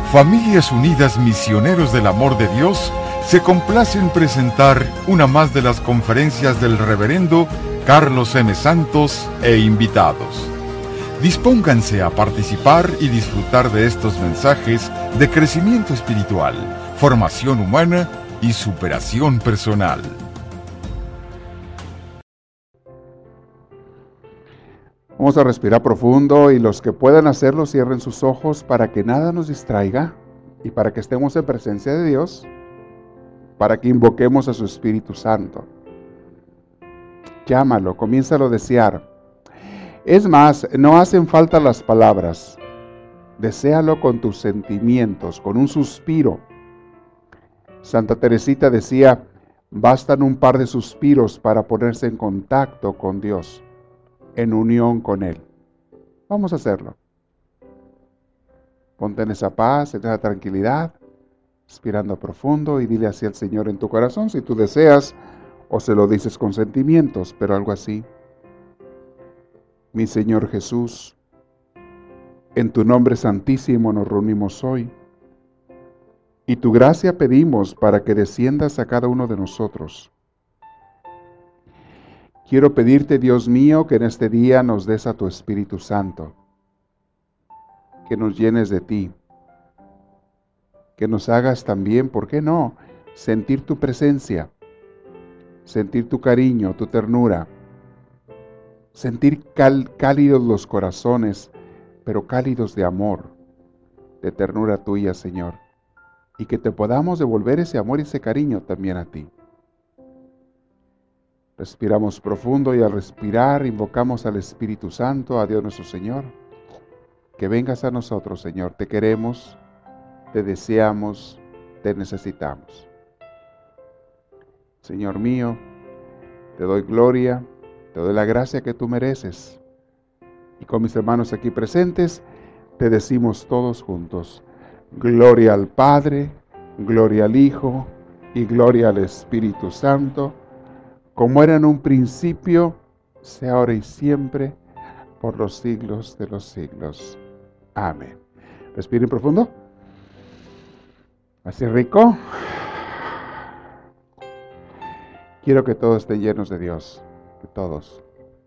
Familias Unidas Misioneros del Amor de Dios se complace en presentar una más de las conferencias del Reverendo Carlos M. Santos e invitados. Dispónganse a participar y disfrutar de estos mensajes de crecimiento espiritual, formación humana y superación personal. Vamos a respirar profundo y los que puedan hacerlo cierren sus ojos para que nada nos distraiga y para que estemos en presencia de Dios, para que invoquemos a su Espíritu Santo. Llámalo, comiénzalo a desear. Es más, no hacen falta las palabras. Deséalo con tus sentimientos, con un suspiro. Santa Teresita decía, bastan un par de suspiros para ponerse en contacto con Dios, en unión con Él. Vamos a hacerlo. Ponte en esa paz, en esa tranquilidad, respirando profundo y dile así al Señor en tu corazón, si tú deseas, o se lo dices con sentimientos, pero algo así. Mi Señor Jesús, en tu nombre santísimo nos reunimos hoy, y tu gracia pedimos para que desciendas a cada uno de nosotros. Quiero pedirte, Dios mío, que en este día nos des a tu Espíritu Santo, que nos llenes de ti, que nos hagas también, ¿por qué no?, sentir tu presencia, sentir tu cariño, tu ternura, sentir cálidos los corazones, pero cálidos de amor, de ternura tuya, Señor, y que te podamos devolver ese amor y ese cariño también a ti. Respiramos profundo y al respirar invocamos al Espíritu Santo, a Dios nuestro Señor. Que vengas a nosotros, Señor. Te queremos, te deseamos, te necesitamos. Señor mío, te doy gloria, te doy la gracia que tú mereces. Y con mis hermanos aquí presentes, te decimos todos juntos, gloria al Padre, gloria al Hijo y gloria al Espíritu Santo, como era en un principio, sea ahora y siempre, por los siglos de los siglos. Amén. Respiren profundo. Así rico. Quiero que todos estén llenos de Dios. Que todos.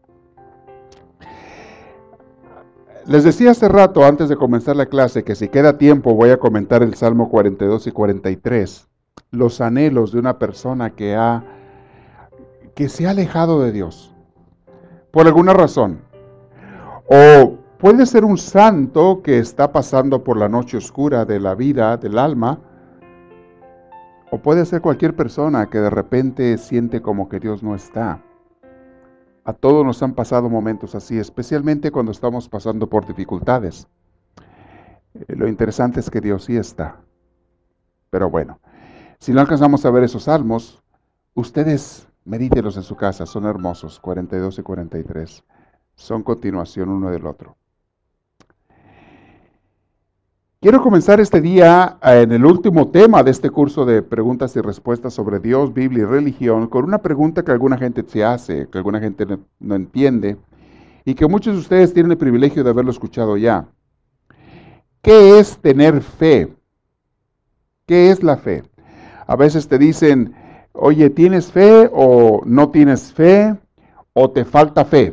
Les decía hace rato, antes de comenzar la clase, que si queda tiempo voy a comentar el Salmo 42 y 43. Los anhelos de una persona que se ha alejado de Dios, por alguna razón. O puede ser un santo que está pasando por la noche oscura de la vida, del alma, o puede ser cualquier persona que de repente siente como que Dios no está. A todos nos han pasado momentos así, especialmente cuando estamos pasando por dificultades. Lo interesante es que Dios sí está. Pero bueno, si no alcanzamos a ver esos salmos, ustedes medítelos en su casa, son hermosos, 42 y 43. Son continuación uno del otro. Quiero comenzar este día en el último tema de este curso de preguntas y respuestas sobre Dios, Biblia y religión, con una pregunta que alguna gente se hace, que alguna gente no entiende, y que muchos de ustedes tienen el privilegio de haberlo escuchado ya. ¿Qué es tener fe? ¿Qué es la fe? A veces te dicen, oye, ¿tienes fe o no tienes fe o te falta fe?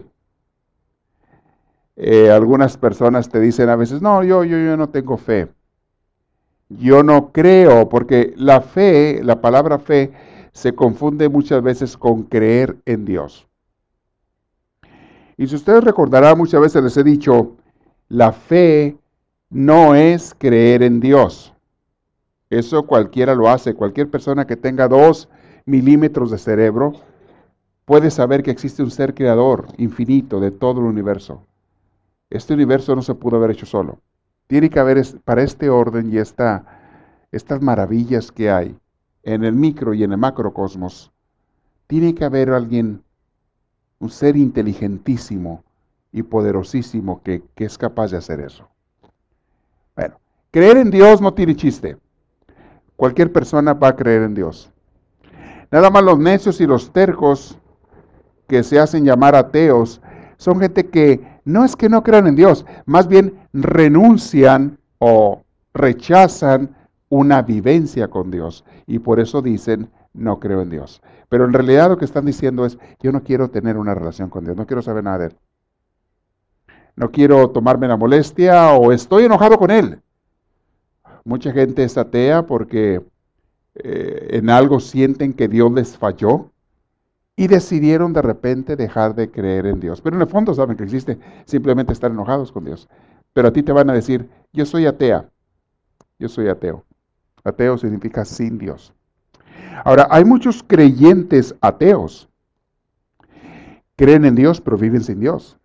Algunas personas te dicen a veces, no, yo no tengo fe. Yo no creo, porque la fe, la palabra fe, se confunde muchas veces con creer en Dios. Y si ustedes recordarán, muchas veces les he dicho, la fe no es creer en Dios. Eso cualquiera lo hace. Cualquier persona que tenga 2 milímetros de cerebro puede saber que existe un ser creador infinito de todo el universo. Este universo no se pudo haber hecho solo. Tiene que haber, para este orden y estas maravillas que hay en el micro y en el macrocosmos, tiene que haber alguien, un ser inteligentísimo y poderosísimo que es capaz de hacer eso. Bueno, creer en Dios no tiene chiste. Cualquier persona va a creer en Dios. Nada más los necios y los tercos que se hacen llamar ateos son gente que no es que no crean en Dios, más bien renuncian o rechazan una vivencia con Dios y por eso dicen, no creo en Dios. Pero en realidad lo que están diciendo es, yo no quiero tener una relación con Dios, no quiero saber nada de Él. No quiero tomarme la molestia o estoy enojado con Él. Mucha gente es atea porque en algo sienten que Dios les falló y decidieron de repente dejar de creer en Dios. Pero en el fondo saben que existe, simplemente estar enojados con Dios. Pero a ti te van a decir, yo soy atea, yo soy ateo. Ateo significa sin Dios. Ahora, hay muchos creyentes ateos. Creen en Dios, pero viven sin Dios.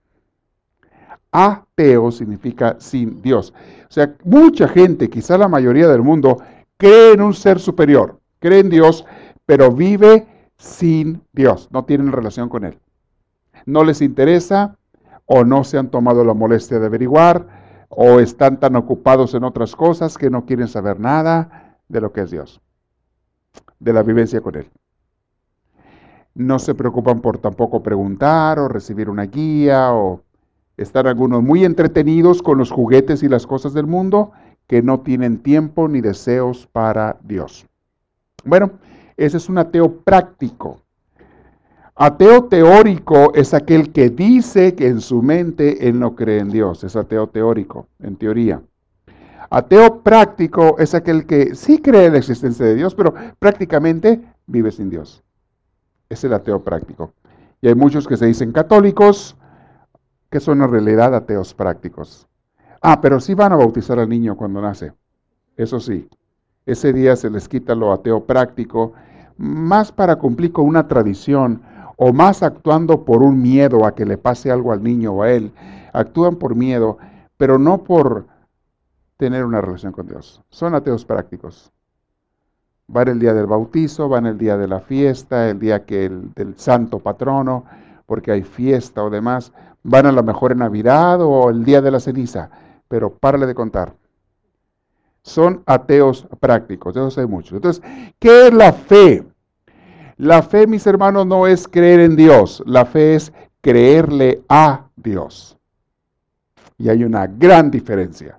Ateo significa sin Dios. O sea, mucha gente, quizá la mayoría del mundo, cree en un ser superior, cree en Dios, pero vive sin Dios, no tienen relación con Él. No les interesa o no se han tomado la molestia de averiguar o están tan ocupados en otras cosas que no quieren saber nada de lo que es Dios, de la vivencia con Él. No se preocupan por tampoco preguntar o recibir una guía o están algunos muy entretenidos con los juguetes y las cosas del mundo que no tienen tiempo ni deseos para Dios. Bueno, ese es un ateo práctico. Ateo teórico es aquel que dice que en su mente él no cree en Dios. Es ateo teórico, en teoría. Ateo práctico es aquel que sí cree en la existencia de Dios, pero prácticamente vive sin Dios. Es el ateo práctico. Y hay muchos que se dicen católicos, que son en realidad ateos prácticos. Pero sí van a bautizar al niño cuando nace. Eso sí, ese día se les quita lo ateo práctico, más para cumplir con una tradición o más actuando por un miedo a que le pase algo al niño o a él. Actúan por miedo, pero no por tener una relación con Dios. Son ateos prácticos. Van el día del bautizo, van el día de la fiesta, el día del santo patrono, porque hay fiesta o demás. Van a lo mejor en Navidad o el día de la ceniza, pero párale de contar. Son ateos prácticos, de esos hay muchos. Entonces, ¿qué es la fe? La fe, mis hermanos, no es creer en Dios, la fe es creerle a Dios. Y hay una gran diferencia.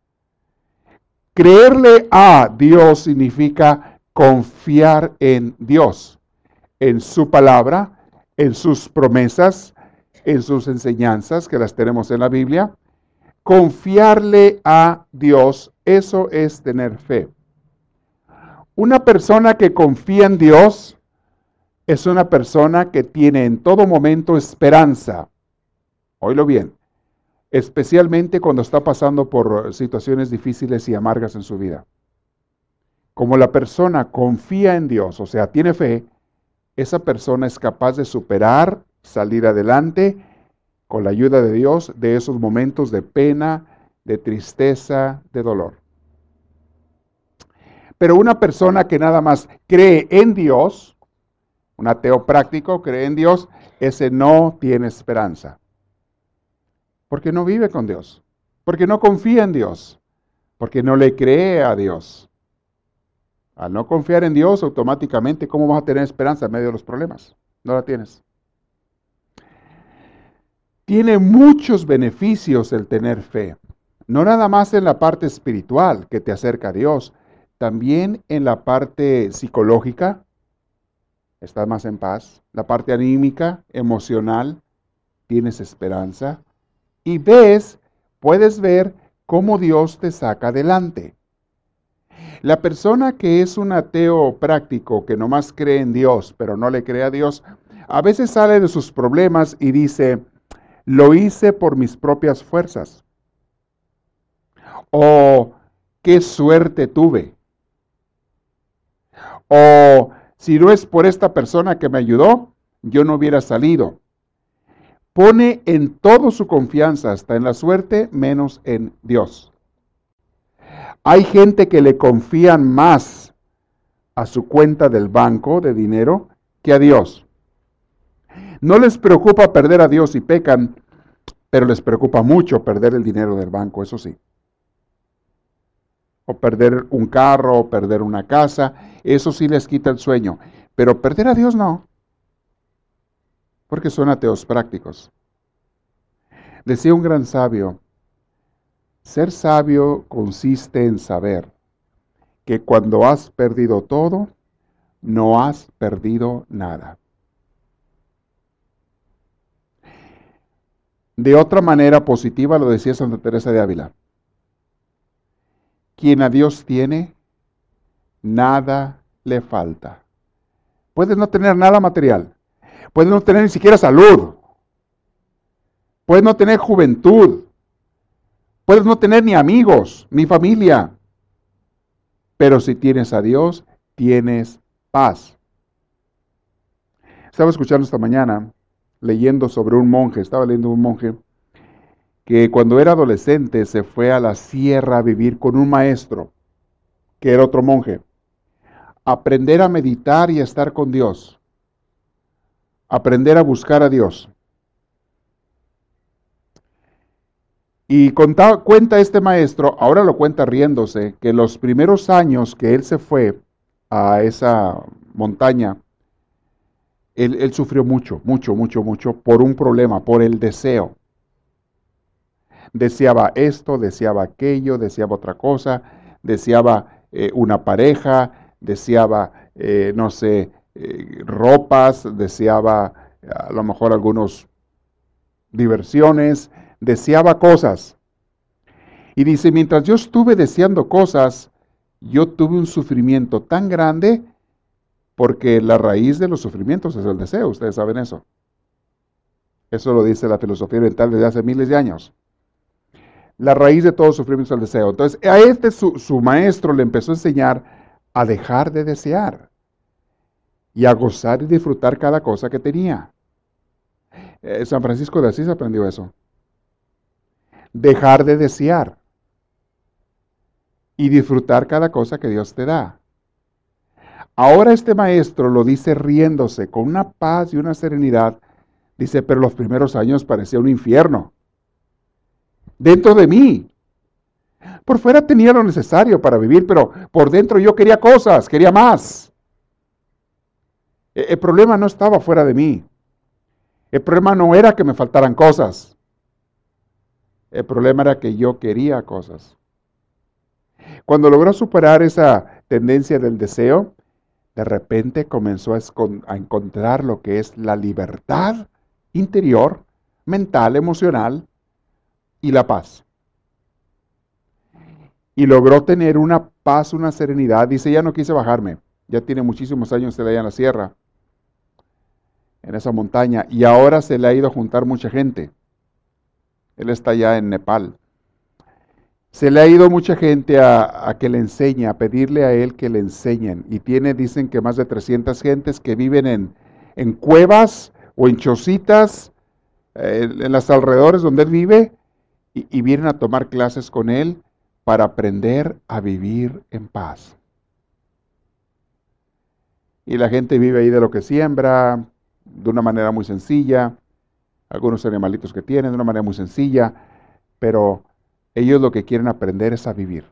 Creerle a Dios significa confiar en Dios, en su palabra, en sus promesas, en sus enseñanzas, que las tenemos en la Biblia. Confiarle a Dios, eso es tener fe. Una persona que confía en Dios es una persona que tiene en todo momento esperanza. Oílo bien, especialmente cuando está pasando por situaciones difíciles y amargas en su vida. Como la persona confía en Dios, o sea, tiene fe, esa persona es capaz de superar, salir adelante con la ayuda de Dios de esos momentos de pena, de tristeza, de dolor. Pero una persona que nada más cree en Dios, un ateo práctico, cree en Dios, ese no tiene esperanza. Porque no vive con Dios, porque no confía en Dios, porque no le cree a Dios. Al no confiar en Dios, automáticamente, ¿cómo vas a tener esperanza en medio de los problemas? No la tienes. Tiene muchos beneficios el tener fe. No nada más en la parte espiritual que te acerca a Dios, también en la parte psicológica, estás más en paz. La parte anímica, emocional, tienes esperanza. Y puedes ver cómo Dios te saca adelante. La persona que es un ateo práctico, que nomás cree en Dios, pero no le cree a Dios, a veces sale de sus problemas y dice, lo hice por mis propias fuerzas. O qué suerte tuve. O si no es por esta persona que me ayudó, yo no hubiera salido. Pone en todo su confianza, hasta en la suerte, menos en Dios. Hay gente que le confían más a su cuenta del banco de dinero que a Dios. No les preocupa perder a Dios si pecan, pero les preocupa mucho perder el dinero del banco, eso sí. O perder un carro, o perder una casa, eso sí les quita el sueño. Pero perder a Dios no, porque son ateos prácticos. Decía un gran sabio, Ser sabio consiste en saber que cuando has perdido todo, no has perdido nada. De otra manera positiva lo decía Santa Teresa de Ávila. Quien a Dios tiene, nada le falta. Puedes no tener nada material. Puedes no tener ni siquiera salud. Puedes no tener juventud. Puedes no tener ni amigos, ni familia. Pero si tienes a Dios, tienes paz. Estaba escuchando esta mañana, leyendo sobre un monje, estaba leyendo un monje que cuando era adolescente se fue a la sierra a vivir con un maestro, que era otro monje. Aprender a meditar y a estar con Dios. Aprender a buscar a Dios. Y cuenta este maestro, ahora lo cuenta riéndose, que los primeros años que él se fue a esa montaña, él sufrió mucho por un problema, por el deseo. Deseaba esto, deseaba aquello, deseaba otra cosa, deseaba una pareja, deseaba, ropas, deseaba a lo mejor algunas diversiones, deseaba cosas. Y dice, mientras yo estuve deseando cosas, yo tuve un sufrimiento tan grande porque la raíz de los sufrimientos es el deseo, ustedes saben eso. Eso lo dice la filosofía oriental desde hace miles de años. La raíz de todo sufrimiento es el deseo. Entonces, a su maestro le empezó a enseñar a dejar de desear y a gozar y disfrutar cada cosa que tenía. San Francisco de Asís aprendió eso. Dejar de desear y disfrutar cada cosa que Dios te da. Ahora este maestro lo dice riéndose, con una paz y una serenidad. Dice, pero los primeros años parecía un infierno. Dentro de mí. Por fuera tenía lo necesario para vivir, pero por dentro yo quería cosas, quería más. El problema no estaba fuera de mí. El problema no era que me faltaran cosas. El problema era que yo quería cosas. Cuando logró superar esa tendencia del deseo, de repente comenzó a encontrar lo que es la libertad interior, mental, emocional y la paz. Y logró tener una paz, una serenidad. Dice, ya no quise bajarme. Ya tiene muchísimos años de allá en la sierra, en esa montaña, y ahora se le ha ido a juntar mucha gente. Él está allá en Nepal. Se le ha ido mucha gente a que le enseñe, a pedirle a él que le enseñen. Y dicen que más de 300 gentes que viven en cuevas o en chocitas, en los alrededores donde él vive, y vienen a tomar clases con él para aprender a vivir en paz. Y la gente vive ahí de lo que siembra, de una manera muy sencilla, algunos animalitos que tienen, de una manera muy sencilla, pero ellos lo que quieren aprender es a vivir.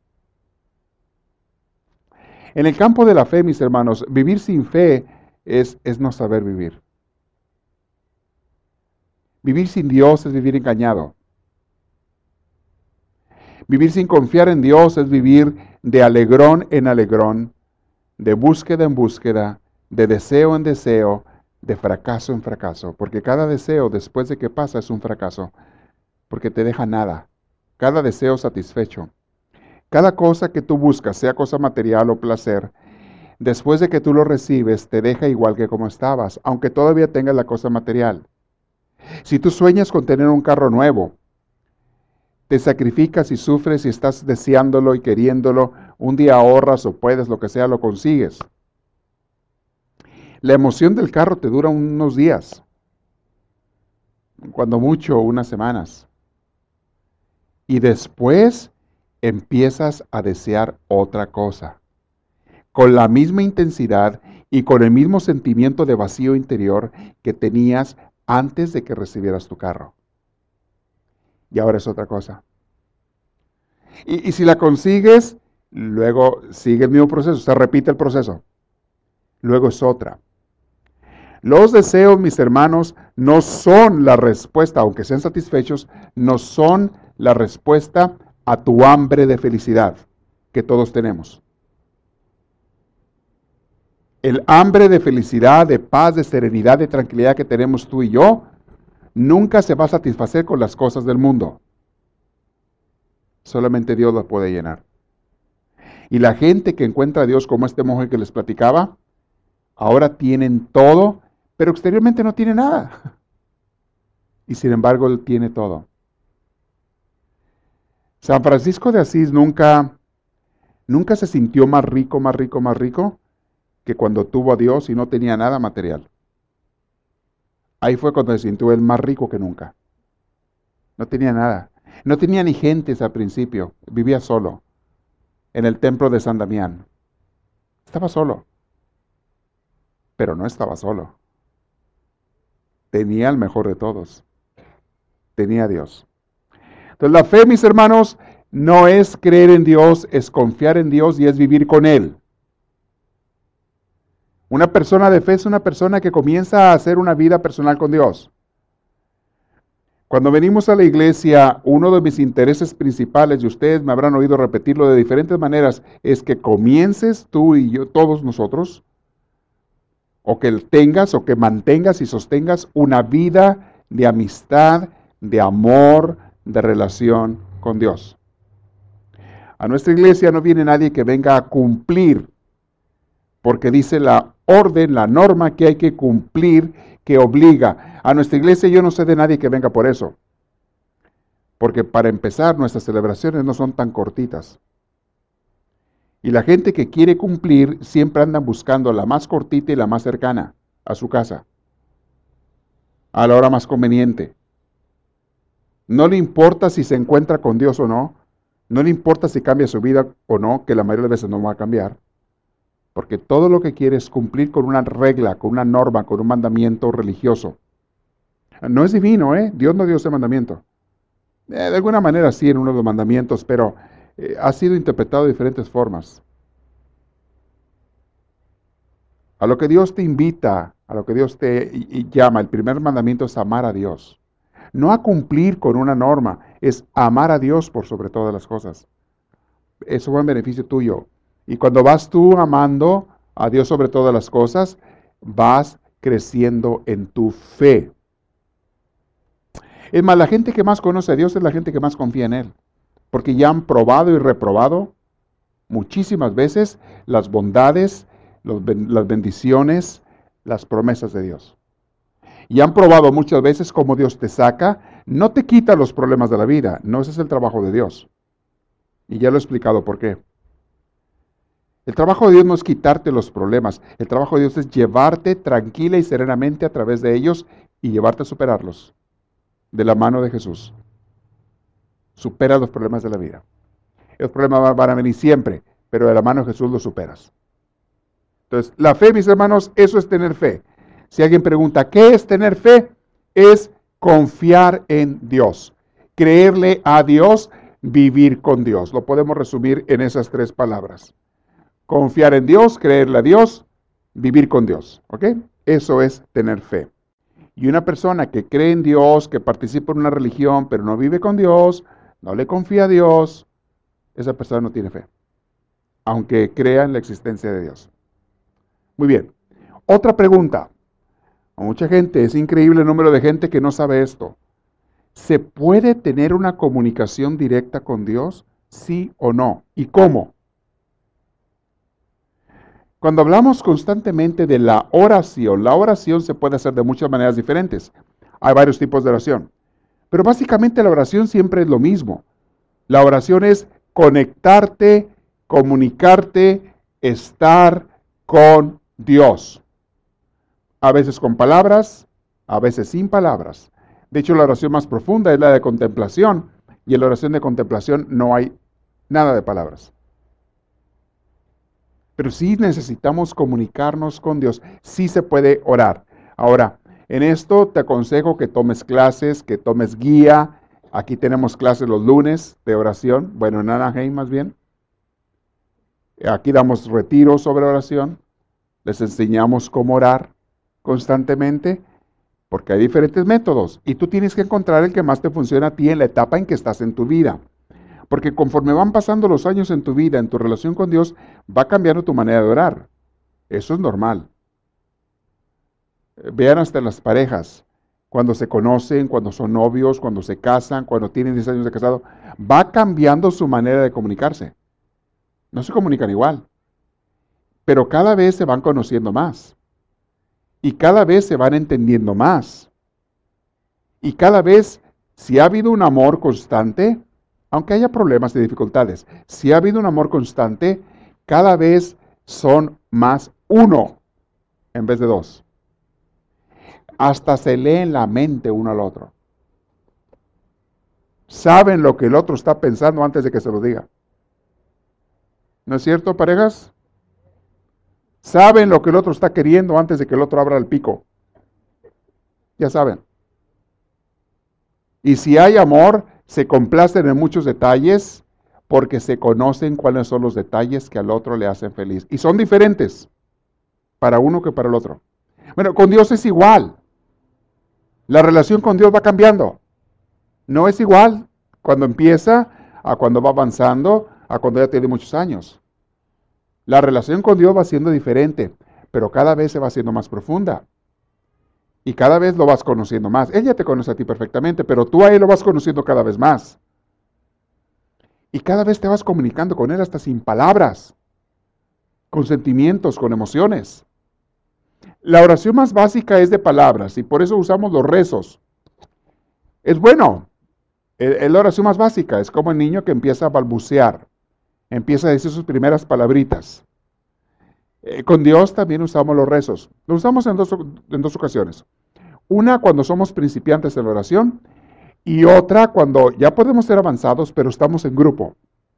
En el campo de la fe, mis hermanos, vivir sin fe es no saber vivir. Vivir sin Dios es vivir engañado. Vivir sin confiar en Dios es vivir de alegrón en alegrón, de búsqueda en búsqueda, de deseo en deseo, de fracaso en fracaso. Porque cada deseo después de que pasa es un fracaso, porque te deja nada. Cada deseo satisfecho. Cada cosa que tú buscas, sea cosa material o placer, después de que tú lo recibes, te deja igual que como estabas, aunque todavía tengas la cosa material. Si tú sueñas con tener un carro nuevo, te sacrificas y sufres y estás deseándolo y queriéndolo, un día ahorras o puedes, lo que sea, lo consigues. La emoción del carro te dura unos días, cuando mucho, unas semanas. Y después empiezas a desear otra cosa, con la misma intensidad y con el mismo sentimiento de vacío interior que tenías antes de que recibieras tu carro. Y ahora es otra cosa. Y si la consigues, luego sigue el mismo proceso, se repite el proceso. Luego es otra. Los deseos, mis hermanos, no son la respuesta, aunque sean satisfechos, no son la respuesta a tu hambre de felicidad que todos tenemos. El hambre de felicidad, de paz, de serenidad, de tranquilidad que tenemos tú y yo, nunca se va a satisfacer con las cosas del mundo. Solamente Dios lo puede llenar. Y la gente que encuentra a Dios, como este monje que les platicaba, ahora tienen todo, pero exteriormente no tiene nada. Y sin embargo, Él tiene todo. San Francisco de Asís nunca se sintió más rico, más rico, más rico que cuando tuvo a Dios y no tenía nada material. Ahí fue cuando se sintió él más rico que nunca. No tenía nada. No tenía ni gentes al principio. Vivía solo en el templo de San Damián. Estaba solo. Pero no estaba solo. Tenía el mejor de todos. Tenía a Dios. Entonces la fe, mis hermanos, no es creer en Dios, es confiar en Dios y es vivir con Él. Una persona de fe es una persona que comienza a hacer una vida personal con Dios. Cuando venimos a la iglesia, uno de mis intereses principales, y ustedes me habrán oído repetirlo de diferentes maneras, es que comiences tú y yo, todos nosotros, o que tengas o que mantengas y sostengas una vida de amistad, de amor, de relación con Dios. A nuestra iglesia no viene nadie que venga a cumplir, porque dice la orden, la norma que hay que cumplir, que obliga. A nuestra iglesia yo no sé de nadie que venga por eso. Porque para empezar, nuestras celebraciones no son tan cortitas. Y la gente que quiere cumplir siempre andan buscando la más cortita y la más cercana a su casa, a la hora más conveniente. No le importa si se encuentra con Dios o no, no le importa si cambia su vida o no, que la mayoría de veces no va a cambiar. Porque todo lo que quiere es cumplir con una regla, con una norma, con un mandamiento religioso. No es divino, ¿eh? Dios no dio ese mandamiento. De alguna manera sí en uno de los mandamientos, pero ha sido interpretado de diferentes formas. A lo que Dios te invita, a lo que Dios te llama, el primer mandamiento es amar a Dios. No a cumplir con una norma, es amar a Dios por sobre todas las cosas. Eso va en beneficio tuyo. Y cuando vas tú amando a Dios sobre todas las cosas, vas creciendo en tu fe. Es más, la gente que más conoce a Dios es la gente que más confía en Él. Porque ya han probado y reprobado muchísimas veces las bondades, las bendiciones, las promesas de Dios. Y han probado muchas veces cómo Dios te saca, no te quita los problemas de la vida, no, ese es el trabajo de Dios. Y ya lo he explicado por qué. El trabajo de Dios no es quitarte los problemas, el trabajo de Dios es llevarte tranquila y serenamente a través de ellos y llevarte a superarlos, de la mano de Jesús. Supera los problemas de la vida. Los problemas van a venir siempre, pero de la mano de Jesús los superas. Entonces, la fe, mis hermanos, eso es tener fe. Si alguien pregunta, ¿qué es tener fe? Es confiar en Dios, creerle a Dios, vivir con Dios. Lo podemos resumir en esas tres palabras. Confiar en Dios, creerle a Dios, vivir con Dios. ¿Ok? Eso es tener fe. Y una persona que cree en Dios, que participa en una religión, pero no vive con Dios, no le confía a Dios, esa persona no tiene fe, aunque crea en la existencia de Dios. Muy bien. Otra pregunta. A mucha gente, es increíble el número de gente que no sabe esto. ¿Se puede tener una comunicación directa con Dios? ¿Sí o no? ¿Y cómo? Cuando hablamos constantemente de la oración se puede hacer de muchas maneras diferentes. Hay varios tipos de oración. Pero básicamente la oración siempre es lo mismo. La oración es conectarte, comunicarte, estar con Dios. A veces con palabras, a veces sin palabras. De hecho, la oración más profunda es la de contemplación. Y en la oración de contemplación no hay nada de palabras. Pero sí necesitamos comunicarnos con Dios. Sí se puede orar. Ahora, en esto te aconsejo que tomes clases, que tomes guía. Aquí tenemos clases los lunes de oración. Bueno, en Anaheim más bien. Aquí damos retiros sobre oración. Les enseñamos cómo orar constantemente. porque hay diferentes métodos y tú tienes que encontrar el que más te funciona a ti en la etapa en que estás en tu vida. Porque conforme van pasando los años en tu vida, en tu relación con Dios, va cambiando tu manera de orar. Eso es normal. Vean hasta las parejas, cuando se conocen, cuando son novios, cuando se casan, cuando tienen 10 años de casado, va cambiando su manera de comunicarse. No se comunican igual, pero cada vez se van conociendo más. Y cada vez se van entendiendo más. Y cada vez, si ha habido un amor constante, aunque haya problemas y dificultades, si ha habido un amor constante, cada vez son más uno en vez de dos. Hasta se leen la mente uno al otro. Saben lo que el otro está pensando antes de que se lo diga. ¿No es cierto, parejas? Saben lo que el otro está queriendo antes de que el otro abra el pico. Ya saben. Y si hay amor, se complacen en muchos detalles porque se conocen cuáles son los detalles que al otro le hacen feliz. Y son diferentes para uno que para el otro. Bueno, con Dios es igual. La relación con Dios va cambiando. No es igual cuando empieza a cuando va avanzando, a cuando ya tiene muchos años. La relación con Dios va siendo diferente, pero cada vez se va haciendo más profunda. Y cada vez lo vas conociendo más. Él ya te conoce a ti perfectamente, pero tú a él lo vas conociendo cada vez más. Y cada vez te vas comunicando con él hasta sin palabras, con sentimientos, con emociones. La oración más básica es de palabras y por eso usamos los rezos. Es bueno. Es la oración más básica. Es como el niño que empieza a balbucear. Empieza a decir sus primeras palabritas. Con Dios también usamos los rezos. Lo usamos en dos ocasiones. Una cuando somos principiantes en la oración y otra cuando ya podemos ser avanzados, pero estamos en grupo.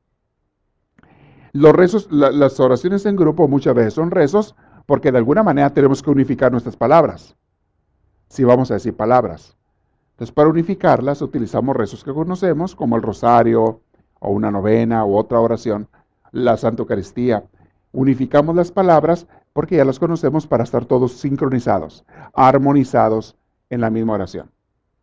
Los rezos, las oraciones en grupo muchas veces son rezos porque de alguna manera tenemos que unificar nuestras palabras. Si vamos a decir palabras. Entonces, para unificarlas utilizamos rezos que conocemos, como el rosario, o una novena, u otra oración, la Santa Eucaristía. Unificamos las palabras porque ya las conocemos para estar todos sincronizados, armonizados en la misma oración.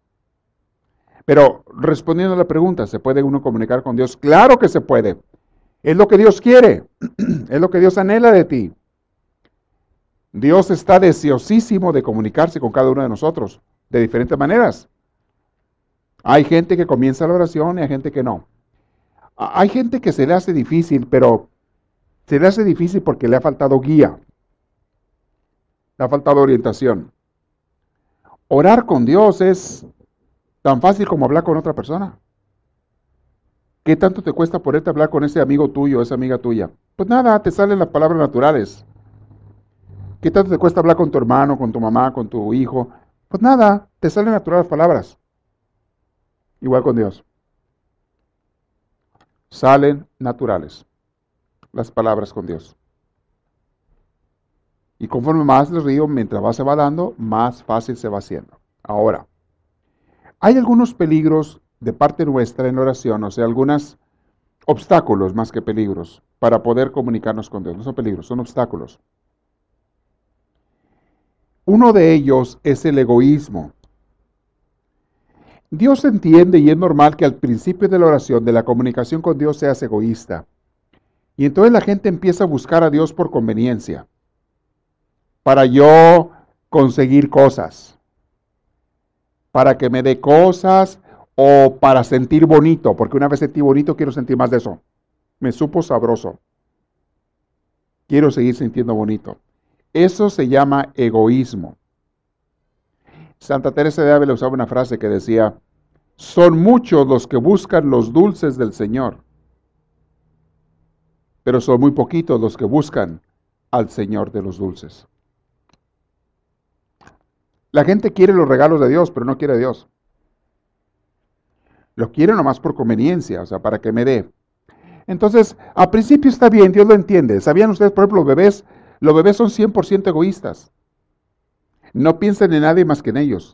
Pero, respondiendo a la pregunta, ¿se puede uno comunicar con Dios? ¡Claro que se puede! Es lo que Dios quiere, es lo que Dios anhela de ti. Dios está deseosísimo de comunicarse con cada uno de nosotros, de diferentes maneras. Hay gente que comienza la oración y hay gente que no. Hay gente que se le hace difícil, pero se le hace difícil porque le ha faltado guía, le ha faltado orientación. Orar con Dios es tan fácil como hablar con otra persona. ¿Qué tanto te cuesta ponerte a hablar con ese amigo tuyo, esa amiga tuya? Pues nada, te salen las palabras naturales. ¿Qué tanto te cuesta hablar con tu hermano, con tu mamá, con tu hijo? Pues nada, te salen naturales las palabras. Igual con Dios. Salen naturales las palabras con Dios. Y conforme más el río, mientras se va dando, más fácil se va haciendo. Ahora, hay algunos peligros de parte nuestra en la oración, o sea, algunos obstáculos más que peligros para poder comunicarnos con Dios. No son peligros, son obstáculos. Uno de ellos es el egoísmo. Dios entiende y es normal que al principio de la oración, de la comunicación con Dios, seas egoísta. Y entonces la gente empieza a buscar a Dios por conveniencia, para yo conseguir cosas, para que me dé cosas o para sentir bonito, porque una vez sentí bonito, quiero sentir más de eso. Me supo sabroso. Quiero seguir sintiendo bonito. Eso se llama egoísmo. Santa Teresa de Ávila usaba una frase que decía, son muchos los que buscan los dulces del Señor, pero son muy poquitos los que buscan al Señor de los dulces. La gente quiere los regalos de Dios, pero no quiere a Dios. Lo quiere nomás por conveniencia, o sea, para que me dé. Entonces, al principio está bien, Dios lo entiende. ¿Sabían ustedes, por ejemplo, los bebés son 100% egoístas? No piensan en nadie más que en ellos.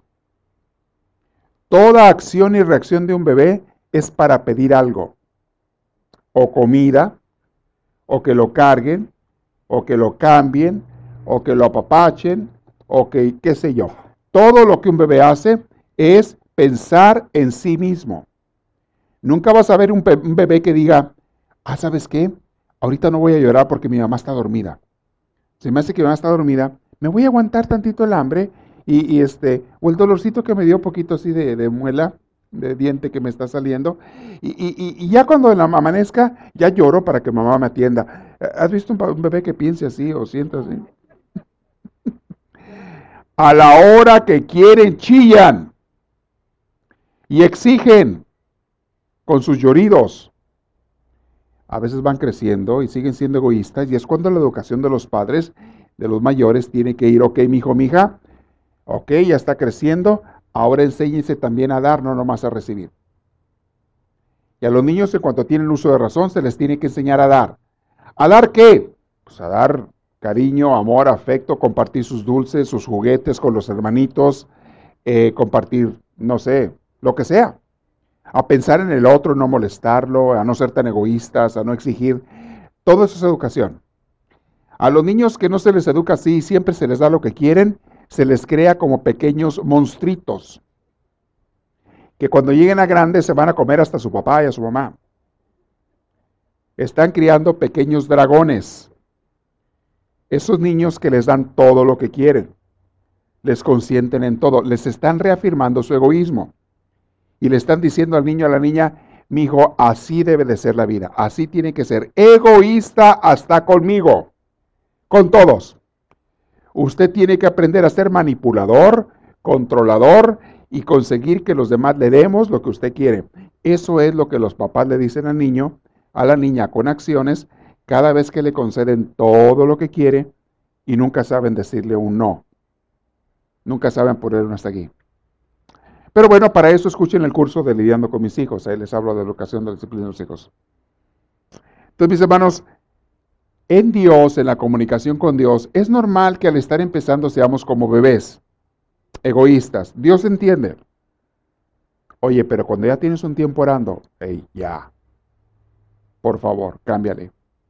Toda acción y reacción de un bebé es para pedir algo. O comida, o que lo carguen, o que lo cambien, o que lo apapachen, o que qué sé yo. Todo lo que un bebé hace es pensar en sí mismo. Nunca vas a ver un bebé que diga, ¿sabes qué? Ahorita no voy a llorar porque mi mamá está dormida. Se me hace que mi mamá está dormida, me voy a aguantar tantito el hambre o el dolorcito que me dio poquito así de muela, de diente que me está saliendo, y ya cuando amanezca, ya lloro para que mamá me atienda. ¿Has visto un bebé que piense así o sienta así? A la hora que quieren, chillan y exigen con sus lloridos. A veces van creciendo y siguen siendo egoístas, y es cuando la educación de los padres, de los mayores, tiene que ir, ok, mijo, mija, ok, ya está creciendo, ahora enséñense también a dar, no nomás a recibir. Y a los niños, en cuanto tienen uso de razón, se les tiene que enseñar a dar. ¿A dar qué? Pues a dar cariño, amor, afecto, compartir sus dulces, sus juguetes con los hermanitos, compartir, no sé, lo que sea. A pensar en el otro, no molestarlo, a no ser tan egoístas, a no exigir. Todo eso es educación. A los niños que no se les educa así, siempre se les da lo que quieren, se les crea como pequeños monstruitos, que cuando lleguen a grandes se van a comer hasta a su papá y a su mamá. Están criando pequeños dragones. Esos niños que les dan todo lo que quieren, les consienten en todo, les están reafirmando su egoísmo. Y le están diciendo al niño, a la niña, mi hijo, así debe de ser la vida, así tiene que ser, egoísta hasta conmigo, con todos. Usted tiene que aprender a ser manipulador, controlador y conseguir que los demás le demos lo que usted quiere. Eso es lo que los papás le dicen al niño, a la niña con acciones, cada vez que le conceden todo lo que quiere y nunca saben decirle un no. Nunca saben poner un hasta aquí. Pero bueno, para eso escuchen el curso de Lidiando con mis hijos. Ahí les hablo de la educación de la disciplina de los hijos. Entonces, mis hermanos, en Dios, en la comunicación con Dios, es normal que al estar empezando seamos como bebés, egoístas. Dios entiende. Oye, pero cuando ya tienes un tiempo orando, hey, ya, por favor, cámbiale.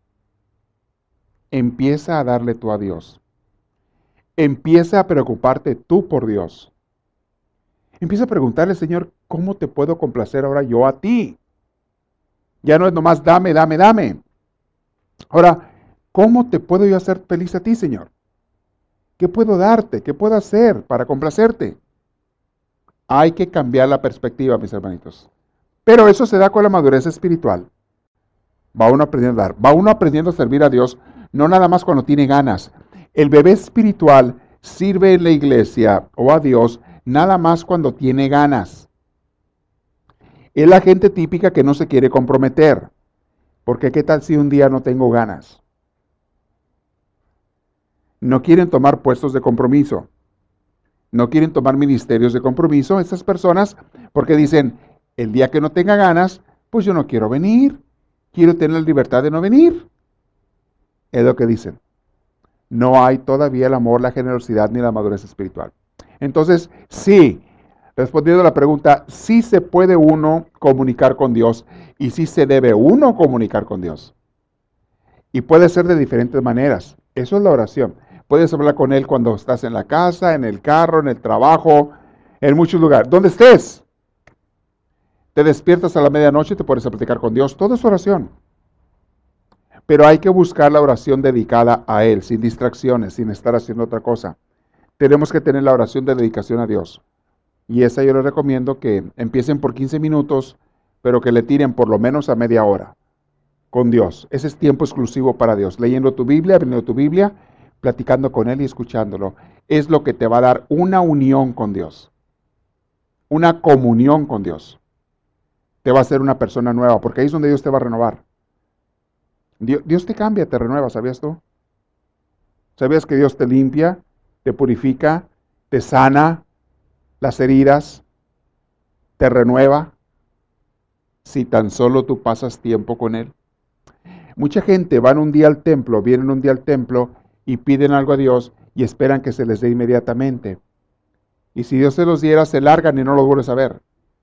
Empieza a darle tú a Dios. Empieza a preocuparte tú por Dios. Empieza a preguntarle, Señor, ¿cómo te puedo complacer ahora yo a ti? Ya no es nomás dame, dame, dame. Ahora, ¿cómo te puedo yo hacer feliz a ti, Señor? ¿Qué puedo darte? ¿Qué puedo hacer para complacerte? Hay que cambiar la perspectiva, mis hermanitos. Pero eso se da con la madurez espiritual. Va uno aprendiendo a dar, va uno aprendiendo a servir a Dios, no nada más cuando tiene ganas. El bebé espiritual sirve en la iglesia o a Dios nada más cuando tiene ganas. Es la gente típica que no se quiere comprometer. Porque ¿qué tal si un día no tengo ganas? No quieren tomar puestos de compromiso. No quieren tomar ministerios de compromiso estas personas porque dicen, el día que no tenga ganas, pues yo no quiero venir. Quiero tener la libertad de no venir. Es lo que dicen. No hay todavía el amor, la generosidad ni la madurez espiritual. Entonces, sí, respondiendo a la pregunta, sí se puede uno comunicar con Dios y sí se debe uno comunicar con Dios. Y puede ser de diferentes maneras. Eso es la oración. Puedes hablar con Él cuando estás en la casa, en el carro, en el trabajo, en muchos lugares. Donde estés. Te despiertas a la medianoche y te pones a platicar con Dios. Todo es oración. Pero hay que buscar la oración dedicada a Él, sin distracciones, sin estar haciendo otra cosa. Tenemos que tener la oración de dedicación a Dios. Y esa yo les recomiendo que empiecen por 15 minutos, pero que le tiren por lo menos a media hora con Dios. Ese es tiempo exclusivo para Dios. Leyendo tu Biblia, abriendo tu Biblia, platicando con Él y escuchándolo. Es lo que te va a dar una unión con Dios. Una comunión con Dios. Te va a hacer una persona nueva, porque ahí es donde Dios te va a renovar. Dios te cambia, te renueva, ¿sabías tú? ¿Sabías que Dios te limpia, te purifica, te sana las heridas, te renueva? Si tan solo tú pasas tiempo con Él. Mucha gente van un día al templo, vienen un día al templo y piden algo a Dios y esperan que se les dé inmediatamente. Y si Dios se los diera, se largan y no los vuelves a ver.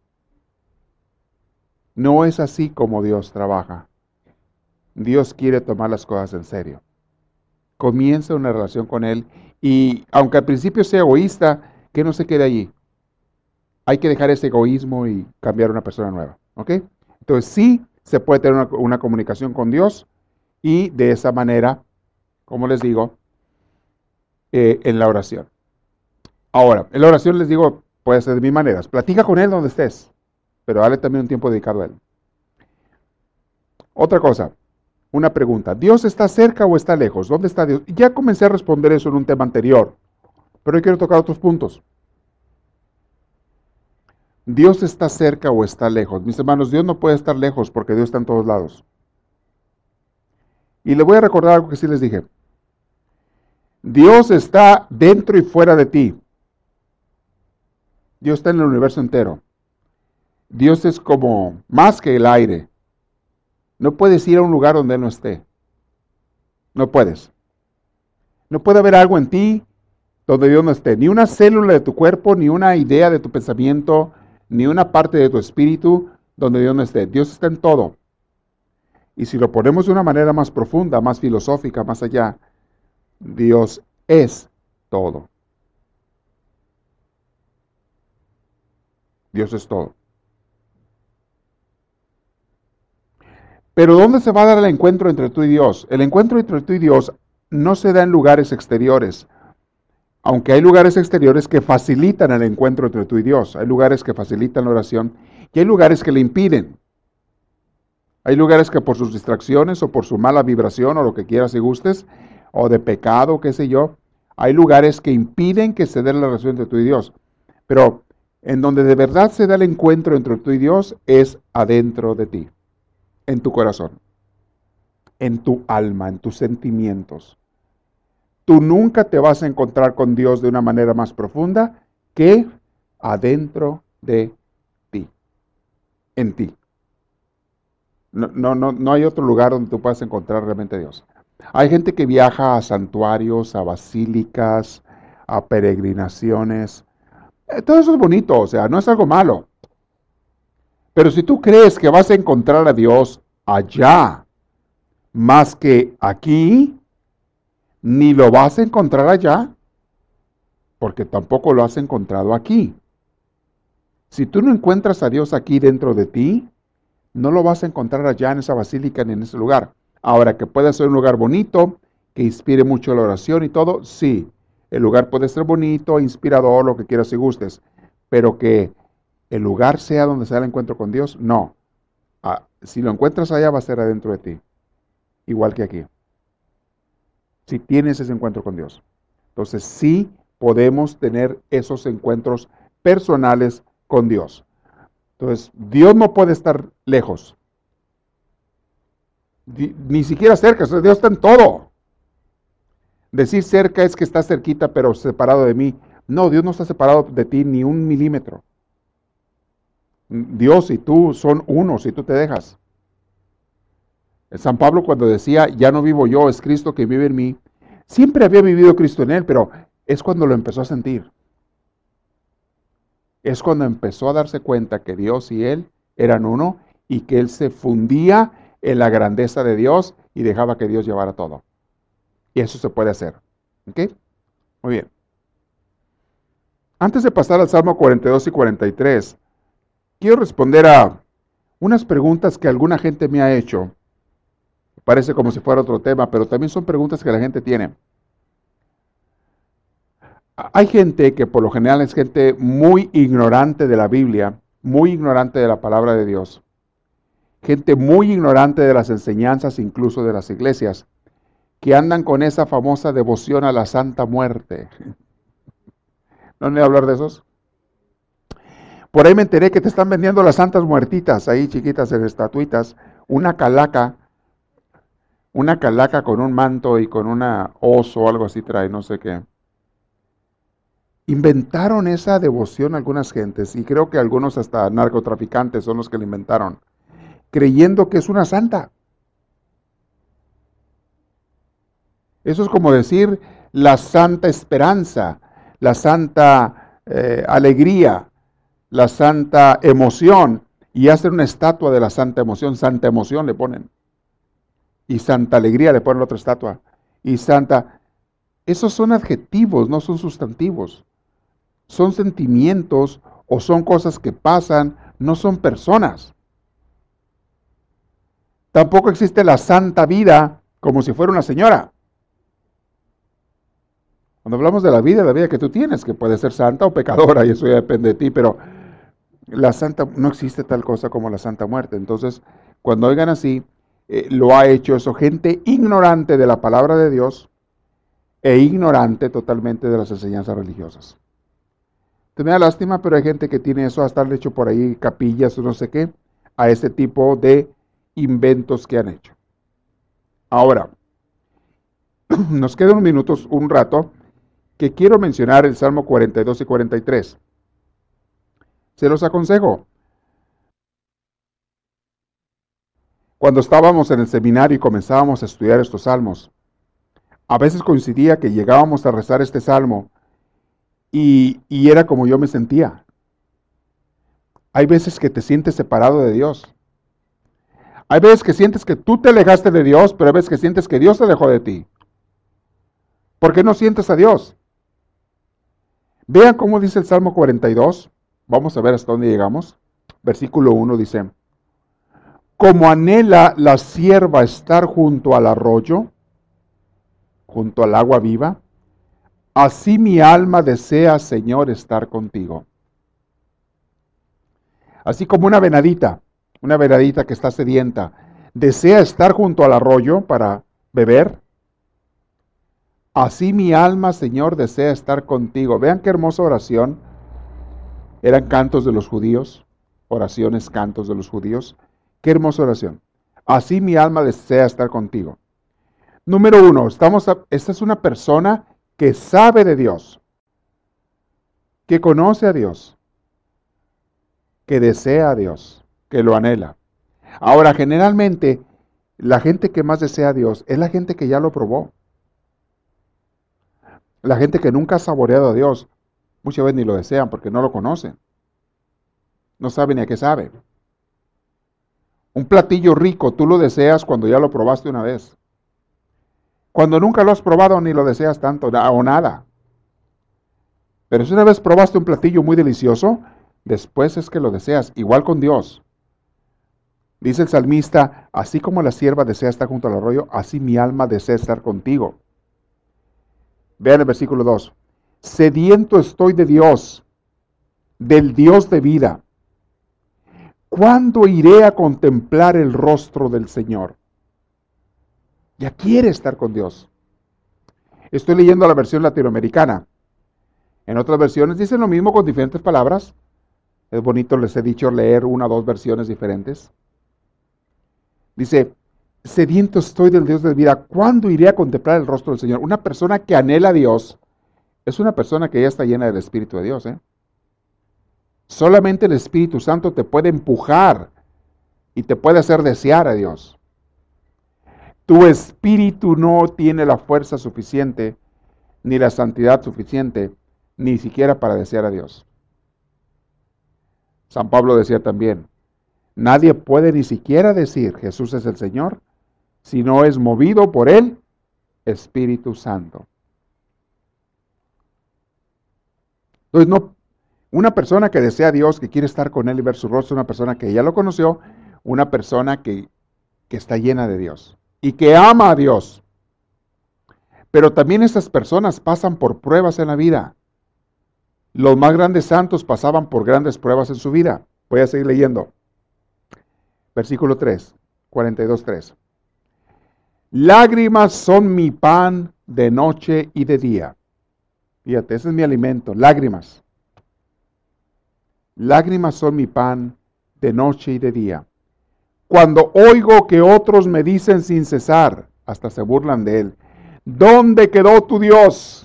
No es así como Dios trabaja. Dios quiere tomar las cosas en serio. Comienza una relación con Él y aunque al principio sea egoísta, que no se quede allí. Hay que dejar ese egoísmo y cambiar a una persona nueva. ¿Ok? Entonces sí se puede tener una comunicación con Dios y de esa manera, como les digo, en la oración. Ahora, en la oración les digo, puede ser de mil maneras. Platica con Él donde estés, pero dale también un tiempo dedicado a Él. Otra cosa, una pregunta. ¿Dios está cerca o está lejos? ¿Dónde está Dios? Ya comencé a responder eso en un tema anterior, pero hoy quiero tocar otros puntos. ¿Dios está cerca o está lejos? Mis hermanos, Dios no puede estar lejos porque Dios está en todos lados. Y le voy a recordar algo que sí les dije. Dios está dentro y fuera de ti. Dios está en el universo entero. Dios es como más que el aire. No puedes ir a un lugar donde Él no esté. No puedes. No puede haber algo en ti donde Dios no esté. Ni una célula de tu cuerpo, ni una idea de tu pensamiento, ni una parte de tu espíritu donde Dios no esté. Dios está en todo. Y si lo ponemos de una manera más profunda, más filosófica, más allá, Dios es todo. Dios es todo. Pero ¿dónde se va a dar el encuentro entre tú y Dios? El encuentro entre tú y Dios no se da en lugares exteriores, aunque hay lugares exteriores que facilitan el encuentro entre tú y Dios. Hay lugares que facilitan la oración y hay lugares que le impiden. Hay lugares que por sus distracciones o por su mala vibración o lo que quieras y gustes, o de pecado, qué sé yo, hay lugares que impiden que se dé la relación entre tú y Dios. Pero en donde de verdad se da el encuentro entre tú y Dios es adentro de ti, en tu corazón, en tu alma, en tus sentimientos. Tú nunca te vas a encontrar con Dios de una manera más profunda que adentro de ti, en ti. No hay otro lugar donde tú puedas encontrar realmente a Dios. Hay gente que viaja a santuarios, a basílicas, a peregrinaciones. Todo eso es bonito, o sea, no es algo malo. Pero si tú crees que vas a encontrar a Dios allá más que aquí, ni lo vas a encontrar allá, porque tampoco lo has encontrado aquí. Si tú no encuentras a Dios aquí dentro de ti, no lo vas a encontrar allá en esa basílica ni en ese lugar. Ahora, que puede ser un lugar bonito, que inspire mucho la oración y todo, sí. El lugar puede ser bonito, inspirador, lo que quieras y gustes, pero que el lugar sea donde sea el encuentro con Dios, no. Si lo encuentras allá, va a ser adentro de ti, igual que aquí. Si tienes ese encuentro con Dios. Entonces, sí podemos tener esos encuentros personales con Dios. Entonces, Dios no puede estar lejos. Ni siquiera cerca, Dios está en todo. Decir cerca es que está cerquita, pero separado de mí. No, Dios no está separado de ti ni un milímetro. Dios y tú son uno si tú te dejas. San Pablo cuando decía, ya no vivo yo, es Cristo que vive en mí, siempre había vivido Cristo en él, pero es cuando lo empezó a sentir. Es cuando empezó a darse cuenta que Dios y él eran uno y que él se fundía en la grandeza de Dios y dejaba que Dios llevara todo. Y eso se puede hacer. ¿Ok? Muy bien. Antes de pasar al Salmo 42 y 43, quiero responder a unas preguntas que alguna gente me ha hecho. Parece como si fuera otro tema, pero también son preguntas que la gente tiene. Hay gente que por lo general es gente muy ignorante de la Biblia, muy ignorante de la palabra de Dios. Gente muy ignorante de las enseñanzas, incluso de las iglesias, que andan con esa famosa devoción a la Santa Muerte. ¿No han oído hablar de esos? Por ahí me enteré que te están vendiendo las santas muertitas, ahí chiquitas en estatuitas, una calaca con un manto y con una oso o algo así trae, no sé qué. Inventaron esa devoción algunas gentes, y creo que algunos hasta narcotraficantes son los que la inventaron, creyendo que es una santa. Eso es como decir la santa esperanza, la santa alegría, la santa emoción, y hacen una estatua de la santa emoción le ponen. Y santa alegría le ponen otra estatua. Y santa, esos son adjetivos, no son sustantivos. son sentimientos o son cosas que pasan, no son personas. Tampoco existe la santa vida como si fuera una señora. Cuando hablamos de la vida que tú tienes, que puede ser santa o pecadora, y eso ya depende de ti, pero la santa, no existe tal cosa como la santa muerte. Entonces, cuando oigan así, lo ha hecho eso gente ignorante de la palabra de Dios e ignorante totalmente de las enseñanzas religiosas. Te me da lástima, pero hay gente que tiene eso, hasta han hecho por ahí capillas o no sé qué, a este tipo de inventos que han hecho. Ahora, nos quedan unos minutos, un rato, que quiero mencionar el Salmo 42 y 43. Se los aconsejo. Cuando estábamos en el seminario y comenzábamos a estudiar estos salmos, a veces coincidía que llegábamos a rezar este salmo y era como yo me sentía. Hay veces que te sientes separado de Dios. Hay veces que sientes que tú te alejaste de Dios, pero hay veces que sientes que Dios te alejó de ti. ¿Por qué no sientes a Dios? Vean cómo dice el Salmo 42. Vamos a ver hasta dónde llegamos. Versículo 1 dice: como anhela la sierva estar junto al arroyo, junto al agua viva, así mi alma desea, Señor, estar contigo. Así como una venadita que está sedienta, desea estar junto al arroyo para beber, así mi alma, Señor, desea estar contigo. Vean qué hermosa oración. Eran cantos de los judíos, oraciones, cantos de los judíos. Qué hermosa oración. Así mi alma desea estar contigo. Número 1, esta es una persona que sabe de Dios, que conoce a Dios, que desea a Dios, que lo anhela. Ahora, generalmente, la gente que más desea a Dios es la gente que ya lo probó. La gente que nunca ha saboreado a Dios, muchas veces ni lo desean porque no lo conocen. No saben ni a qué sabe. Un platillo rico, tú lo deseas cuando ya lo probaste una vez. Cuando nunca lo has probado, ni lo deseas tanto o nada. Pero si una vez probaste un platillo muy delicioso, después es que lo deseas, igual con Dios. Dice el salmista, así como la sierva desea estar junto al arroyo, así mi alma desea estar contigo. Vean el versículo 2. Sediento estoy de Dios, del Dios de vida. ¿Cuándo iré a contemplar el rostro del Señor? Ya quiere estar con Dios. Estoy leyendo la versión latinoamericana. En otras versiones dicen lo mismo con diferentes palabras. Es bonito, les he dicho, leer una o dos versiones diferentes. Dice, sediento estoy del Dios de vida. ¿Cuándo iré a contemplar el rostro del Señor? Una persona que anhela a Dios es una persona que ya está llena del Espíritu de Dios. Solamente el Espíritu Santo te puede empujar y te puede hacer desear a Dios. Tu espíritu no tiene la fuerza suficiente, ni la santidad suficiente, ni siquiera para desear a Dios. San Pablo decía también, nadie puede ni siquiera decir Jesús es el Señor, si no es movido por el Espíritu Santo. Entonces, no, una persona que desea a Dios, que quiere estar con Él y ver su rostro, una persona que ya lo conoció, una persona que está llena de Dios y que ama a Dios. Pero también estas personas pasan por pruebas en la vida. Los más grandes santos pasaban por grandes pruebas en su vida. Voy a seguir leyendo. Versículo 3, 42:3. Lágrimas son mi pan de noche y de día. Fíjate, ese es mi alimento, lágrimas. Lágrimas son mi pan de noche y de día. Cuando oigo que otros me dicen sin cesar, hasta se burlan de él, ¿dónde quedó tu Dios?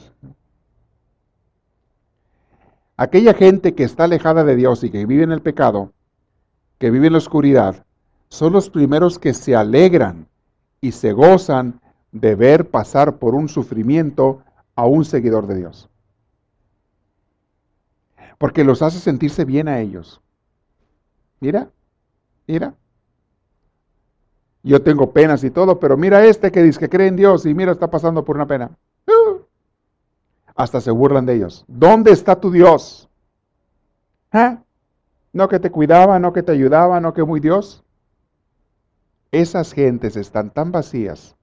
Aquella gente que está alejada de Dios y que vive en el pecado, que vive en la oscuridad, son los primeros que se alegran y se gozan de ver pasar por un sufrimiento a un seguidor de Dios. Porque los hace sentirse bien a ellos. Mira, mira. Yo tengo penas y todo, pero mira este que dice que cree en Dios y mira, está pasando por una pena. hasta se burlan de ellos. ¿Dónde está tu Dios? ¿Ah? ¿No que te cuidaba, no que te ayudaba, no que muy Dios? Esas gentes están tan vacías,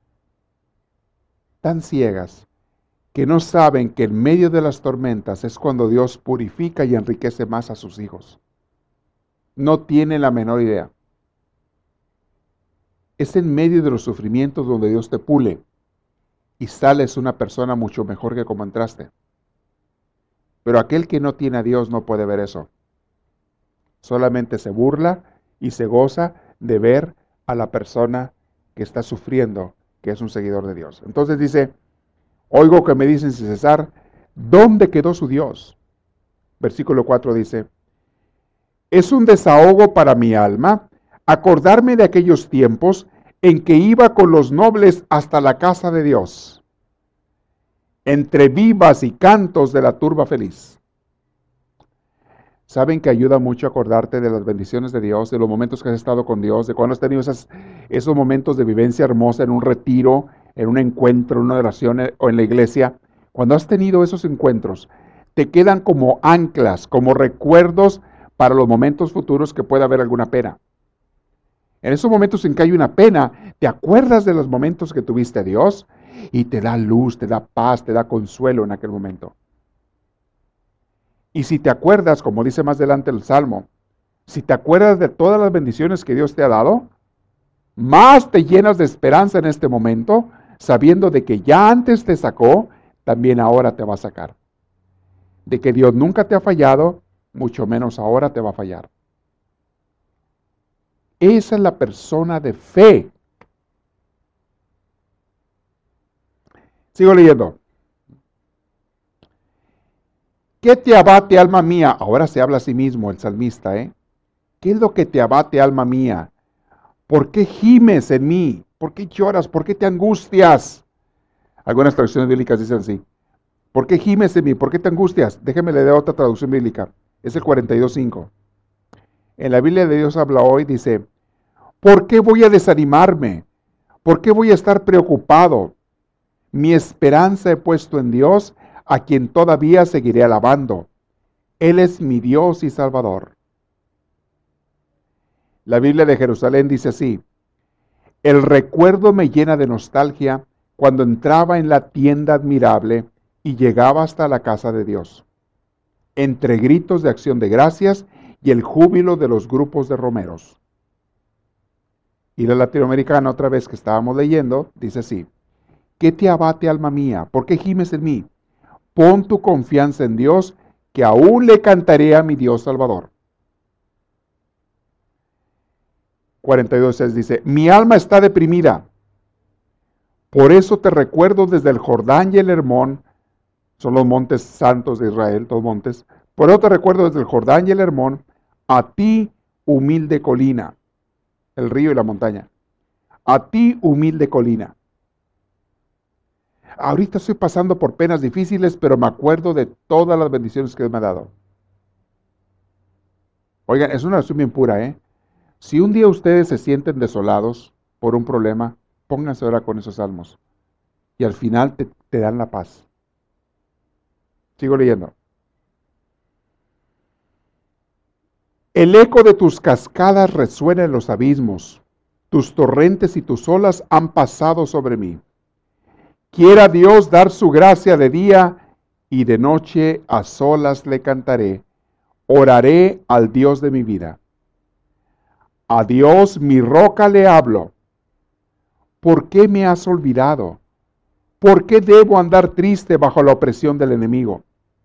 tan ciegas, que no saben que en medio de las tormentas es cuando Dios purifica y enriquece más a sus hijos. No tienen la menor idea. Es en medio de los sufrimientos donde Dios te pule y sales una persona mucho mejor que como entraste. Pero aquel que no tiene a Dios no puede ver eso. Solamente se burla y se goza de ver a la persona que está sufriendo, que es un seguidor de Dios. Entonces dice, oigo que me dicen sin cesar, ¿dónde quedó su Dios? Versículo 4 dice, es un desahogo para mi alma acordarme de aquellos tiempos en que iba con los nobles hasta la casa de Dios, entre vivas y cantos de la turba feliz. ¿Saben que ayuda mucho acordarte de las bendiciones de Dios, de los momentos que has estado con Dios, de cuando has tenido esos momentos de vivencia hermosa en un retiro, en un encuentro, en una oración o en la iglesia? Cuando has tenido esos encuentros, te quedan como anclas, como recuerdos para los momentos futuros que pueda haber alguna pena. En esos momentos en que hay una pena, te acuerdas de los momentos que tuviste a Dios y te da luz, te da paz, te da consuelo en aquel momento. Y si te acuerdas, como dice más adelante el Salmo, si te acuerdas de todas las bendiciones que Dios te ha dado, más te llenas de esperanza en este momento, sabiendo de que ya antes te sacó, también ahora te va a sacar. De que Dios nunca te ha fallado, mucho menos ahora te va a fallar. Esa es la persona de fe. Sigo leyendo. ¿Qué te abate, alma mía? Ahora se habla a sí mismo el salmista, ¿eh? ¿Qué es lo que te abate, alma mía? ¿Por qué gimes en mí? ¿Por qué lloras? ¿Por qué te angustias? Algunas traducciones bíblicas dicen así. ¿Por qué gimes en mí? ¿Por qué te angustias? Déjeme leer otra traducción bíblica. Es el 42.5. En la Biblia de Dios habla hoy, dice, ¿por qué voy a desanimarme? ¿Por qué voy a estar preocupado? Mi esperanza he puesto en Dios, a quien todavía seguiré alabando. Él es mi Dios y Salvador. La Biblia de Jerusalén dice así, el recuerdo me llena de nostalgia cuando entraba en la tienda admirable y llegaba hasta la casa de Dios, entre gritos de acción de gracias y el júbilo de los grupos de romeros. Y la latinoamericana, otra vez que estábamos leyendo, dice así, ¿qué te abate, alma mía? ¿Por qué gimes en mí? Pon tu confianza en Dios, que aún le cantaré a mi Dios Salvador. 42.6 dice, mi alma está deprimida. Por eso te recuerdo desde el Jordán y el Hermón, son los montes santos de Israel, dos montes. Por eso te recuerdo desde el Jordán y el Hermón, a ti, humilde colina, el río y la montaña. A ti, humilde colina. Ahorita estoy pasando por penas difíciles, pero me acuerdo de todas las bendiciones que Dios me ha dado. Oigan, es una oración bien pura, ¿eh? Si un día ustedes se sienten desolados por un problema, pónganse ahora con esos salmos. Y al final te dan la paz. Sigo leyendo. El eco de tus cascadas resuena en los abismos. Tus torrentes y tus olas han pasado sobre mí. Quiera Dios dar su gracia de día y de noche a solas le cantaré. Oraré al Dios de mi vida. A Dios mi roca le hablo. ¿Por qué me has olvidado? ¿Por qué debo andar triste bajo la opresión del enemigo?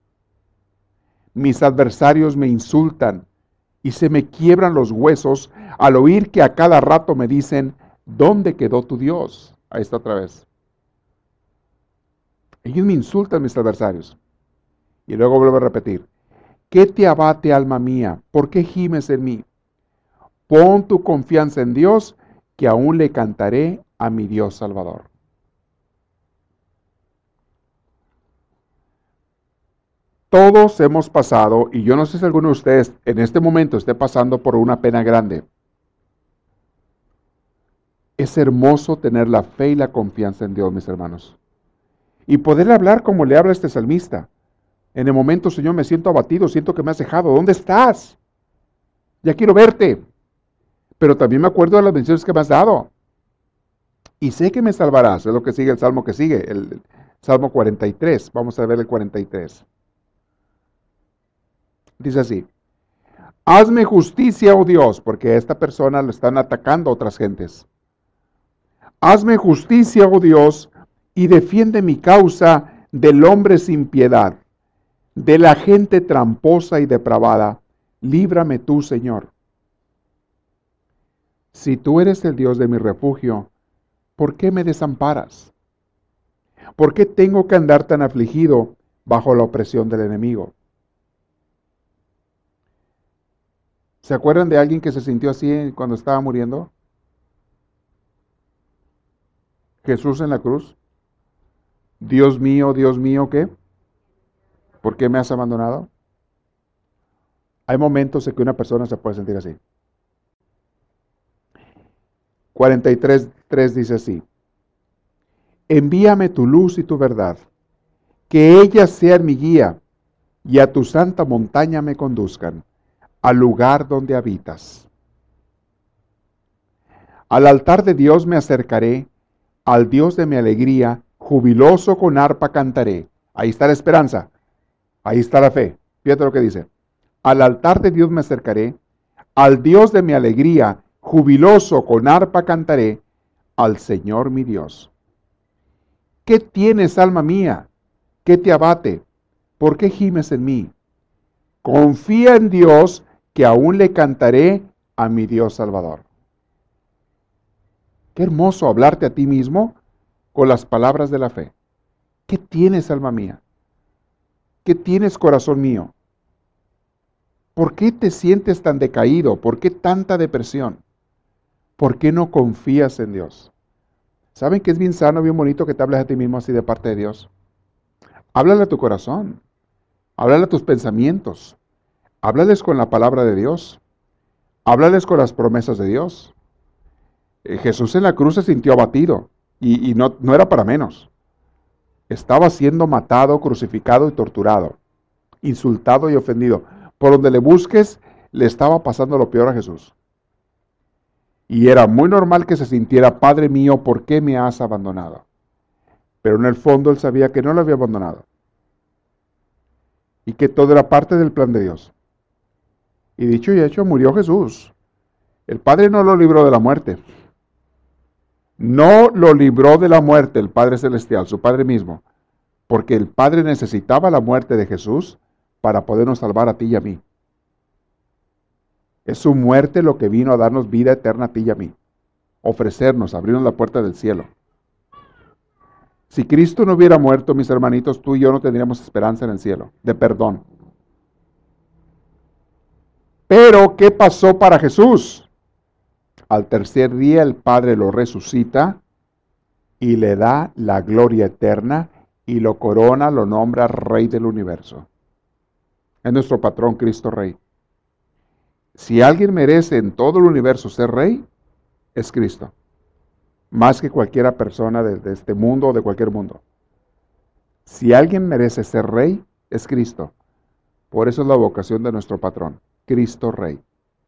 Mis adversarios me insultan y se me quiebran los huesos al oír que a cada rato me dicen, ¿dónde quedó tu Dios? Ahí está otra vez. Ellos me insultan, mis adversarios. Y luego vuelvo a repetir, ¿qué te abate, alma mía? ¿Por qué gimes en mí? Pon tu confianza en Dios, que aún le cantaré a mi Dios Salvador. Todos hemos pasado, y yo no sé si alguno de ustedes en este momento esté pasando por una pena grande. Es hermoso tener la fe y la confianza en Dios, mis hermanos. y poder hablar como le habla este salmista. En el momento, Señor, me siento abatido, siento que me has dejado. ¿Dónde estás? Ya quiero verte. Pero también me acuerdo de las bendiciones que me has dado. Y sé que me salvarás. Es lo que sigue el salmo que sigue, el Salmo 43. Vamos a ver el 43. Dice así: hazme justicia, oh Dios, porque a esta persona lo están atacando otras gentes. Hazme justicia, oh Dios, y defiende mi causa del hombre sin piedad, de la gente tramposa y depravada. Líbrame tú, Señor. Si tú eres el Dios de mi refugio, ¿por qué me desamparas? ¿Por qué tengo que andar tan afligido bajo la opresión del enemigo? ¿Se acuerdan de alguien que se sintió así cuando estaba muriendo? Jesús en la cruz. Dios mío, ¿qué? ¿Por qué me has abandonado? Hay momentos en que una persona se puede sentir así. 43:3 dice así: envíame tu luz y tu verdad, que ellas sean mi guía, y a tu santa montaña me conduzcan, al lugar donde habitas. Al altar de Dios me acercaré, al Dios de mi alegría, jubiloso con arpa cantaré. Ahí está la esperanza, ahí está la fe. Fíjate lo que dice: al altar de Dios me acercaré, al Dios de mi alegría, jubiloso con arpa cantaré, al Señor mi Dios. ¿Qué tienes, alma mía? ¿Qué te abate? ¿Por qué gimes en mí? Confía en Dios, que aún le cantaré a mi Dios Salvador. Qué hermoso hablarte a ti mismo con las palabras de la fe. ¿Qué tienes, alma mía? ¿Qué tienes, corazón mío? ¿Por qué te sientes tan decaído? ¿Por qué tanta depresión? ¿Por qué no confías en Dios? ¿Saben que es bien sano, bien bonito que te hables a ti mismo así de parte de Dios? Háblale a tu corazón, háblale a tus pensamientos, háblales con la palabra de Dios, háblales con las promesas de Dios. Jesús en la cruz se sintió abatido y no era para menos. Estaba siendo matado, crucificado y torturado, insultado y ofendido. Por donde le busques, le estaba pasando lo peor a Jesús. Y era muy normal que se sintiera: Padre mío, ¿por qué me has abandonado? Pero en el fondo él sabía que no lo había abandonado. Y que todo era parte del plan de Dios. Y dicho y hecho, murió Jesús. El Padre no lo libró de la muerte. No lo libró de la muerte el Padre Celestial, su Padre mismo. Porque el Padre necesitaba la muerte de Jesús para podernos salvar a ti y a mí. Es su muerte lo que vino a darnos vida eterna a ti y a mí. Ofrecernos, abrirnos la puerta del cielo. Si Cristo no hubiera muerto, mis hermanitos, tú y yo no tendríamos esperanza en el cielo, de perdón. Pero, ¿qué pasó para Jesús? Al tercer día el Padre lo resucita y le da la gloria eterna y lo corona, lo nombra Rey del universo. Es nuestro patrón, Cristo Rey. Si alguien merece en todo el universo ser Rey, es Cristo. Más que cualquiera persona de este mundo o de cualquier mundo. Si alguien merece ser Rey, es Cristo. Por eso es la vocación de nuestro patrón, Cristo Rey.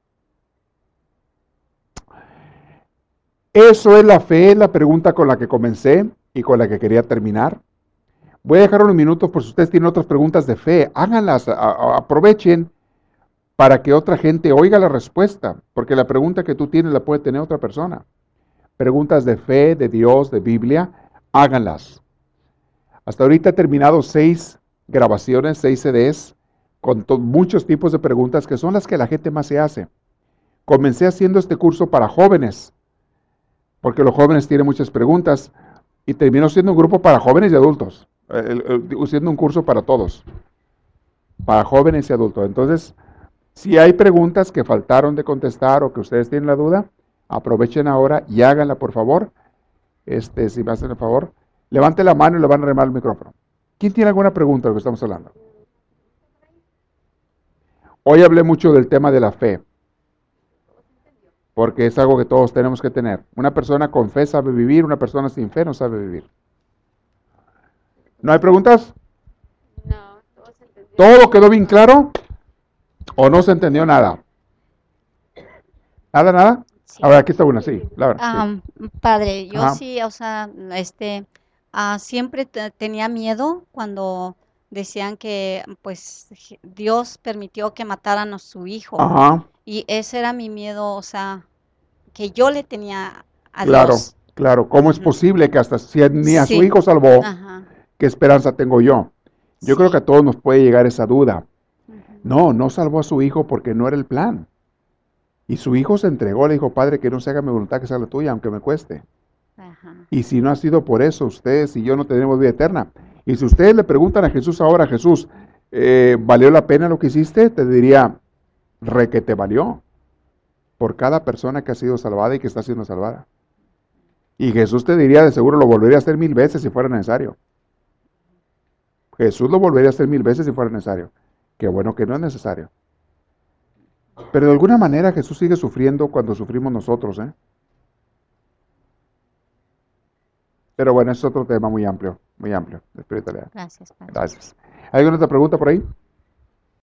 Eso es la fe, la pregunta con la que comencé y con la que quería terminar. Voy a dejar unos minutos por si ustedes tienen otras preguntas de fe. Háganlas, aprovechen para que otra gente oiga la respuesta, porque la pregunta que tú tienes la puede tener otra persona. Preguntas de fe, de Dios, de Biblia, háganlas. Hasta ahorita he terminado 6 grabaciones, 6 CDs, con muchos tipos de preguntas que son las que la gente más se hace. Comencé haciendo este curso para jóvenes, porque los jóvenes tienen muchas preguntas, y terminó siendo un grupo para jóvenes y adultos, siendo un curso para todos, para jóvenes y adultos. Entonces, si hay preguntas que faltaron de contestar o que ustedes tienen la duda, aprovechen ahora y háganla, por favor. Si me hacen el favor, levante la mano y le van a arrimar el micrófono. ¿Quién tiene alguna pregunta de lo que estamos hablando? Hoy hablé mucho del tema de la fe, porque es algo que todos tenemos que tener. Una persona con fe sabe vivir, una persona sin fe no sabe vivir. ¿No hay preguntas? No, todo se entendió. ¿Todo quedó bien claro? ¿O no se entendió nada? ¿Nada, nada? Sí. A ver, aquí está una, sí, Laura. Sí. Padre, yo Ajá. sí, o sea, siempre tenía miedo cuando decían que, pues, Dios permitió que mataran a su hijo. Ajá, Y ese era mi miedo, o sea, que yo le tenía a claro, Dios. claro. ¿Cómo es Ujú. posible que hasta si ni a su Sí. hijo salvó, Ajá. qué esperanza tengo yo? Yo creo que a todos nos puede llegar esa duda. Ujú. No salvó a su hijo porque no era el plan. Y su hijo se entregó, le dijo, Padre, que no se haga mi voluntad, que sea la tuya, aunque me cueste. Ajá. Y si no ha sido por eso, ustedes y yo no tenemos vida eterna. Y si ustedes le preguntan a Jesús ahora, Jesús, ¿valió la pena lo que hiciste? Te diría, que te valió por cada persona que ha sido salvada y que está siendo salvada. Y Jesús te diría, de seguro lo volvería a hacer 1000 veces si fuera necesario. Jesús lo volvería a hacer 1000 veces si fuera necesario. Qué bueno que no es necesario. Pero de alguna manera Jesús sigue sufriendo cuando sufrimos nosotros, ¿eh? Pero bueno, es otro tema muy amplio, de espiritualidad. Gracias, Padre. Gracias. ¿Hay alguna otra pregunta por ahí?